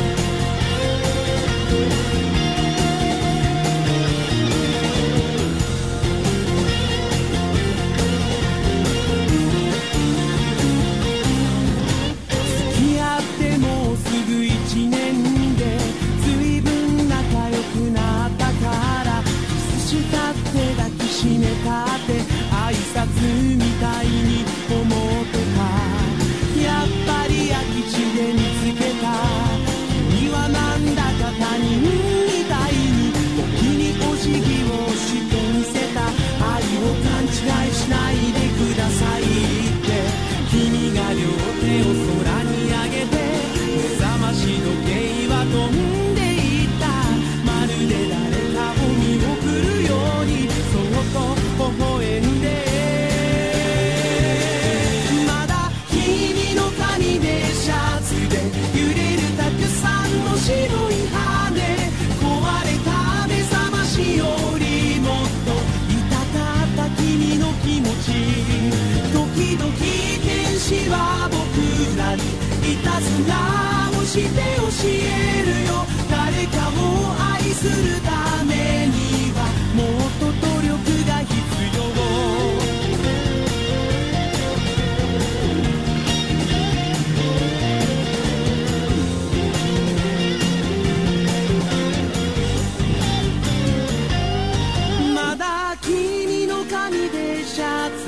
付き合ってもうすぐ1年で随分仲良くなったから、キスしたって抱きしめたって挨拶みたいに思ってた。やっぱり空き地で見つけた。君はなんだか他人みたいに僕にお辞儀をしてみせた。愛を勘違いしないでくださいって。君が両手を空に上げて目覚まし時計は飛んでいった。まるで誰かを見送るようにそっと微笑んで。まだ君の髪でシャツで揺れるたくさんの白い羽。壊れた目覚ましよりもっと痛かった君の気持ち。時々天使は僕らにいたずらをして教えるよ。誰かを愛するためにはもっと努力が必要。まだ君の髪でシャツ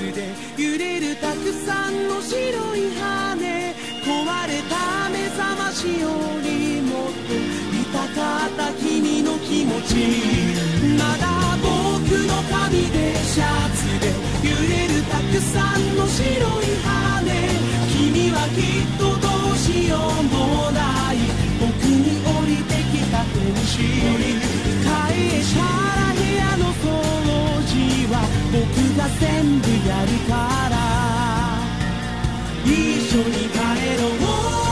昔よりもっと痛かった君の気持ち、まだ僕の髪でシャツで揺れるたくさんの白い羽、君はきっとどうしようもない僕に降りてきた天使、帰したら部屋の掃除は僕が全部やるから一緒に帰ろう。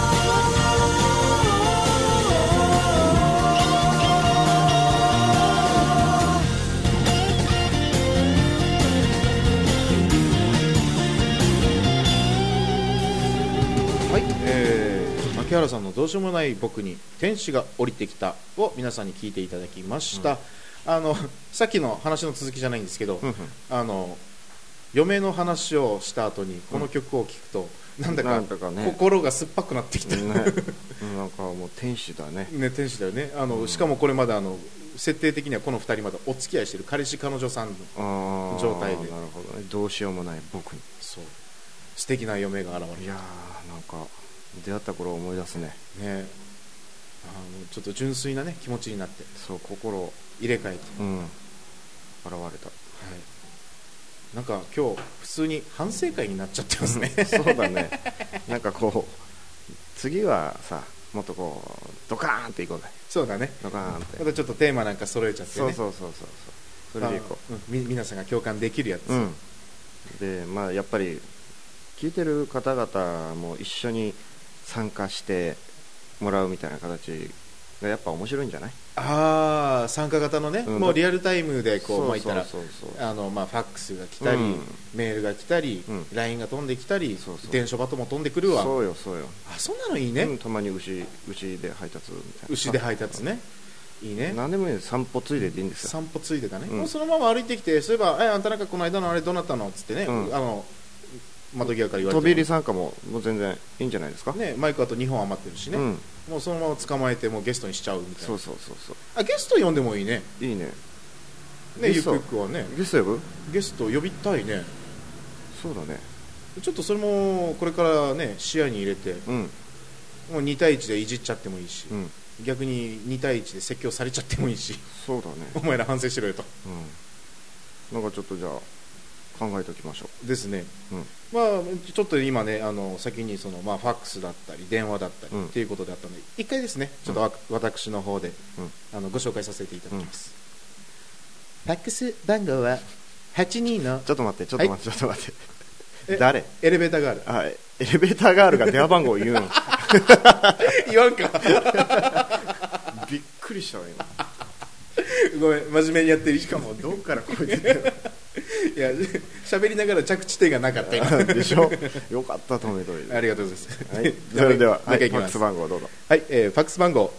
はい、牧原さんのどうしようもない僕に天使が降りてきたを皆さんに聞いていただきました、さっきの話の続きじゃないんですけど、嫁の話をした後にこの曲を聴くと、なんだかね、 心が酸っぱくなってきた、ね、 なんかもう天使だね。 ね、天使だよね。しかもこれまだ設定的にはこの2人まだお付き合いしてる彼氏彼女さんの状態で、 なるほどね、どうしようもない僕にそう素敵な嫁が現れる。 いやー、なんか出会った頃を思い出すね。 ね、ちょっと純粋なね気持ちになって、 そう心を入れ替えて、 現れた。はい。 なんか今日普通に反省会になっちゃってますねそうだね。なんかこう次はさ、もっとこうドカーンっていこうぜ。 そうだね、 ドカーンってまたちょっとテーマなんか揃えちゃってね。 そうそれでいこう。 皆さんが共感できるやつ、 でまあやっぱり聞いてる方々も一緒に参加してもらうみたいな形がやっぱ面白いんじゃない？ ああ、参加型のね、もうリアルタイムでこう巻いたら、ファックスが来たり、メールが来たり、LINE が飛んできたり、電書バトも飛んでくるわ。 そうよ。 あ、そんなのいいね。 たまに牛で配達みたいな。 牛で配達ね。いいね。 何でもいいです。散歩ついででいいんですよ。 散歩ついでだね。もうそのまま歩いてきて、そういえばあんたなんかこの間のあれどうなったのっつってね、窓際から言われて、 飛び入り参加も全然いいんじゃないですかね。マイクあと2本余ってるしね、もうそのまま捕まえてもうゲストにしちゃうみたいな。 そうゲスト呼んでもいいね。 いいね。 ゆくゆくはね、 ゲスト呼ぶ？ ゲスト呼びたいね。 そうだね。 ちょっとそれもこれからね視野に入れて、もう2対1でいじっちゃってもいいし、逆に2対1で説教されちゃってもいいし。 そうだね。 お前ら反省しろよと、 なんかちょっとじゃあ考えておきましょうですね。まあちょっと今ね先にファックスだったり電話だったりっていうことであったので、一回ですねちょっと私の方でご紹介させていただきます。ファックス番号は82のちょっと待って誰？ エレベーターガール。 エレベーターガールが電話番号を言うの言わんかびっくりしたわ今ごめん、真面目にやってる。 しかもどっから声出てるのいや喋りながら着地点がなかった今でしょ。よかったと思いありがとうございます、 はい、それでは、ファックス番号どうぞ。 はい、ファックス番号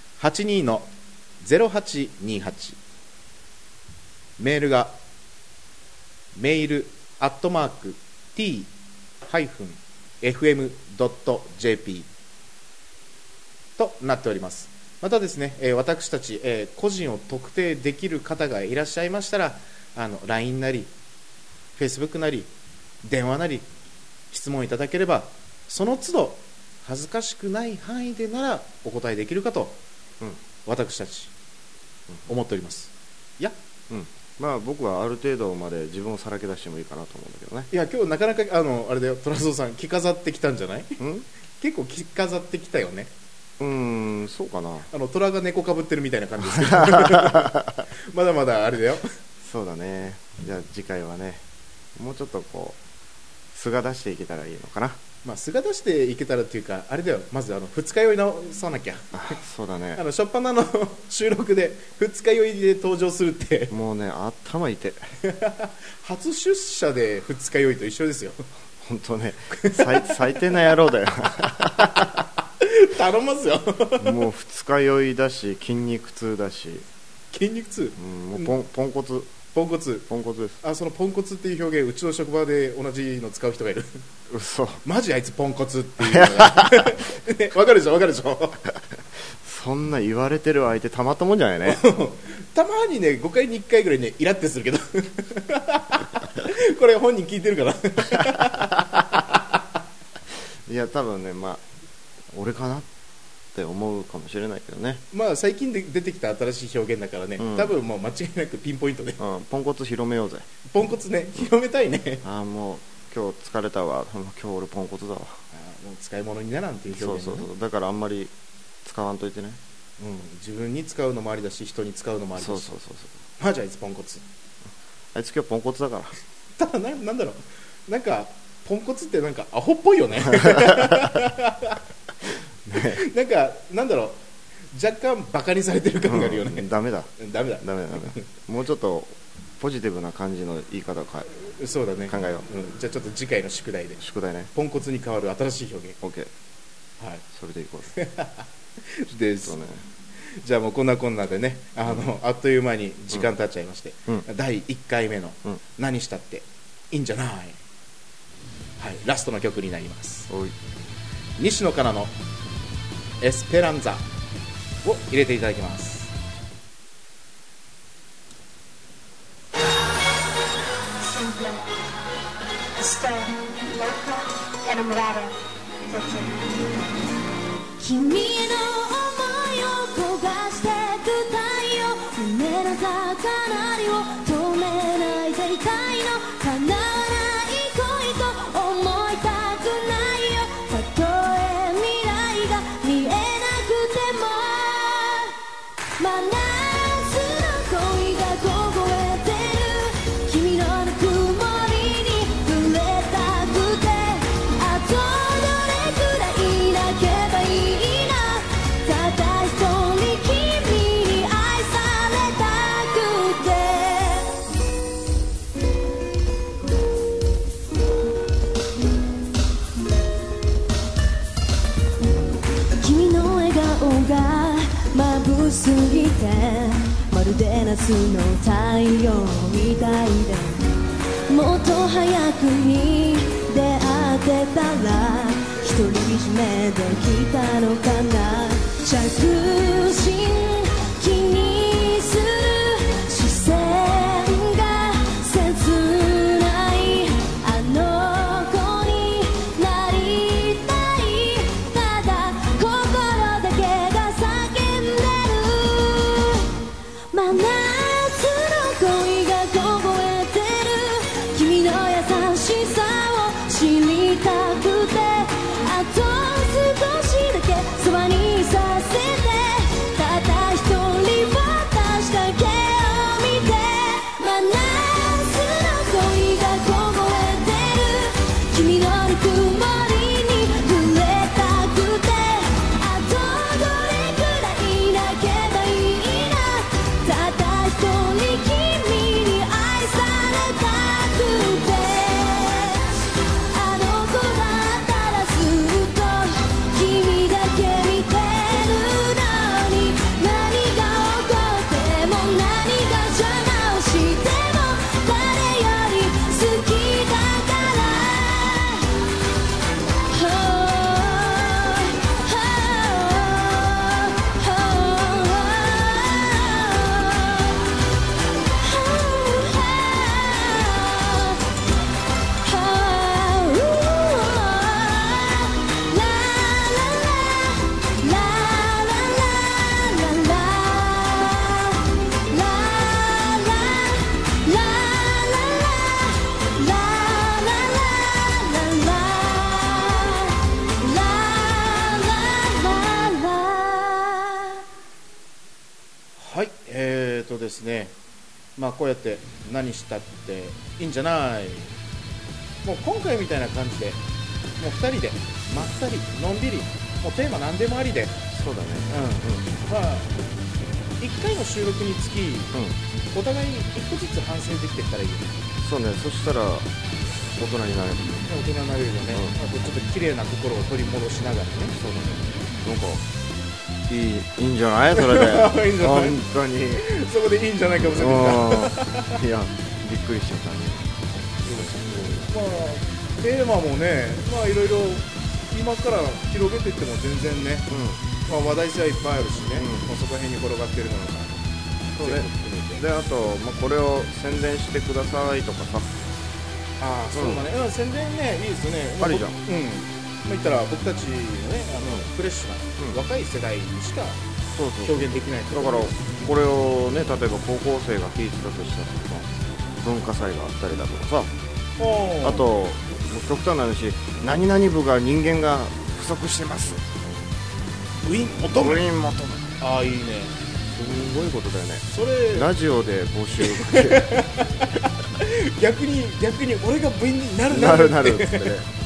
82の0828、メールがメール@t-fm.jp となっております。またですね、私たち、個人を特定できる方がいらっしゃいましたら、LINE なり Facebook なり電話なり質問いただければ、その都度恥ずかしくない範囲でならお答えできるかと、私たち思っております。 まあ僕はある程度まで自分をさらけ出してもいいかなと思うんだけどね。 いや今日なかなかあれだよ、虎蔵さん着飾ってきたんじゃない？結構着飾ってきたよね。 そうかな。 虎が猫かぶってるみたいな感じですけどまだまだあれだよ。 そうだね。じゃあ次回はね、もうちょっとこう素が出していけたらいいのかな。 まあ素が出していけたらっていうか、あれだよ、まず二日酔い直さなきゃ。 そうだね。 初っ端の収録で二日酔いで登場するってもうね、頭痛い初出社で二日酔いと一緒ですよ。 本当ね、最低な野郎だよ頼ますよもう二日酔いだし、筋肉痛だし。 筋肉痛？ もうポンコツです。 そのポンコツっていう表現、うちの職場で同じの使う人がいる。 嘘。 マジあいつポンコツっていうわかるでしょそんな言われてる相手たまったもんじゃないねたまにね、5回に1回ぐらいねイラってするけどこれ本人聞いてるからいや多分ね、まあ俺かな。 って思うかもしれないけどね。 まあ最近で出てきた新しい表現だからね、多分もう間違いなくピンポイントね。 ポンコツ広めようぜ。 ポンコツね、広めたいね。 もう今日疲れたわ、今日俺ポンコツだわ。 もう使い物にならんっていう表現、ね、 そうだからあんまり使わんといてね。 自分に使うのもありだし、人に使うのもありだし。そうまあじゃああいつポンコツ。 あいつ今日ポンコツだから。 ただなんだろう、なんかポンコツってなんかアホっぽいよね。なんかなんだろう、若干バカにされてる感があるよね。 ダメだもうちょっとポジティブな感じの言い方をそうだね、 考えよう。じゃあちょっと次回の宿題ね、ポンコツに代わる新しい表現。 OK、 はい、それでいこうです、ね、じゃあもうこんなこんなでね、あっという間に時間経っちゃいまして、第1回目の何したっていいんじゃない、はい、ラストの曲になります。西野カナのエスペランザを入れていただきます。 君への想いを焦がしてく太陽、胸の高鳴りを止めないでいたいの、叶わない恋と思いたくないよ、たとえ未来が見えなくても、真夏の恋が凍えてる君のぬくもりに触れたくて、あとどれくらい泣けばいいの、ただ一人君に愛されたくて、君の笑顔が眩すぎて、まるで夏の太陽みたいで、もっと早くに出会ってたら独り占めできたのかな、着信気にする視線が切ない、あの子になりたい、ただ心だけが叫んでる、真夏の恋が凍えてる君の優しさを知りたくて、あと少しだけそばにいさせて、ただ一人私だけを見て、真夏の恋が凍えてる君のぬくもりに触れたくて、あとどれくらい泣けばいいの、ただ一人君に愛されたくて、あの子だったらずっと君だけ見てるのに、何が起こっても何が邪魔をしても誰より好きだから、 はい、ですね、まあこうやって何したっていいんじゃない、もう今回みたいな感じでもう2人でまったりのんびり、もうテーマ何でもありで、 そうだね、 まあ1回の収録につき、お互い1個ずつ反省できていったらいいよね。 そうね、そしたら大人になれる、 大人になれるよね、あとちょっと綺麗な心を取り戻しながらね。 そうだね、なんかいいんじゃない、それでいいんじゃない本当にそこでいいんじゃないかもしれない。 いやびっくりしちゃったね。 まあテーマもね、まあいろいろ今から広げていっても全然ね、まあ、話題性はいっぱいあるしね、まあ、そこら辺に転がってるのかそうね。であと、まあ、これを宣伝してくださいとかさ、 そうだね、宣伝ね、いいですね。 ありじゃん。 言ったら僕たちのねフレッシュな、若い世代にしか表現できない。 だからこれをね、例えば高校生が聴いてたとしたら文化祭があったりだとかさ、あともう極端な話、何々部が人間が不足してます、 部員求め、 部員求め、 ああいいね、 すごいことだよね。 それラジオで募集逆に俺が部員になるなるってね、 って面白いじ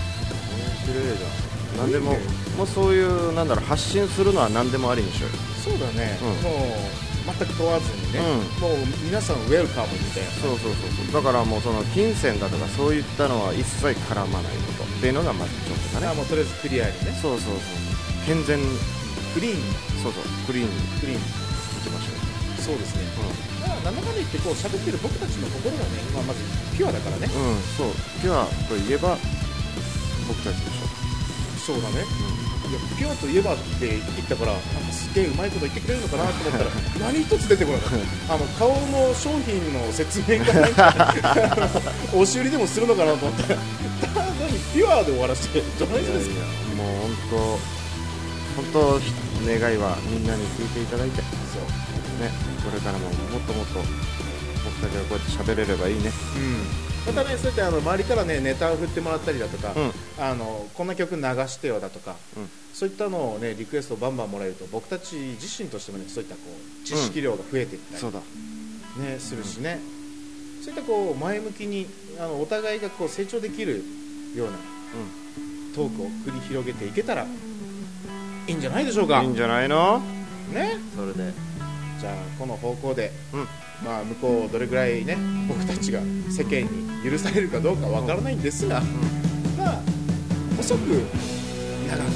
ゃん。何でも、もうそういうなんだろう、発信するのは何でもありにしようよ。 そうだね、もう全く問わずにね、もう皆さんウェルカムみたいな。 そうだからもうその金銭だとかそういったのは一切絡まないことっていうのがまずちょっとね。 もうとりあえずクリアにね、 そう健全、 クリーンに、 クリーンにクリーンにいきましょう。 そうですね、なんだかんだ言ってこう喋ってる僕たちの心がね、まずピュアだからね。 そうピュアといえば僕たちでしょ。 そうだね、いやピュアといえばって言ったから、なんかすげえうまいこと言ってくれるのかなと思ったら何一つ出てこなかった顔の商品の説明がなんか押し売りでもするのかなと思ったら何ピュアで終わらせてどないですか。 もう本当願いはみんなに聞いていただいて、 そうね、これからももっともっと僕たちがこうやって喋れればいいね。 またね、そうやって周りからねネタを振ってもらったりだとか、こんな曲流してよだとか、そういったのをねリクエストをバンバンもらえると、僕たち自身としてもね、そういったこう知識量が増えていったり、 そうだね、するしね、そういったこう前向きにお互いがこう成長できるようなトークを繰り広げていけたらいいんじゃないでしょうか。 いいんじゃないのね。 それでじゃあこの方向で、向こうどれぐらいね僕たちが世間に許されるかどうかわからないんですが、細く長く、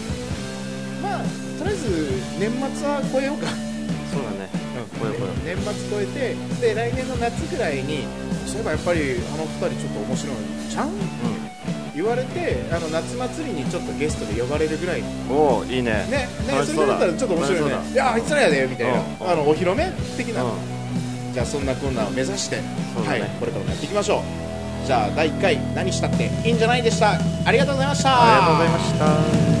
とりあえず年末は超えようか。 そうだね、超えよう年末超えて、で来年の夏ぐらいに、そういえばやっぱり2人ちょっと面白いのじゃん、言われて、夏祭りにちょっとゲストで呼ばれるぐらいおお、いいね。 それだったらちょっと面白いね。いやあいつらやでみたいな、お披露目的な、じゃあそんなこんなを目指して、これからもやっていきましょう。じゃあ第1回何したっていいんじゃないでした。ありがとうございました。 ありがとうございました。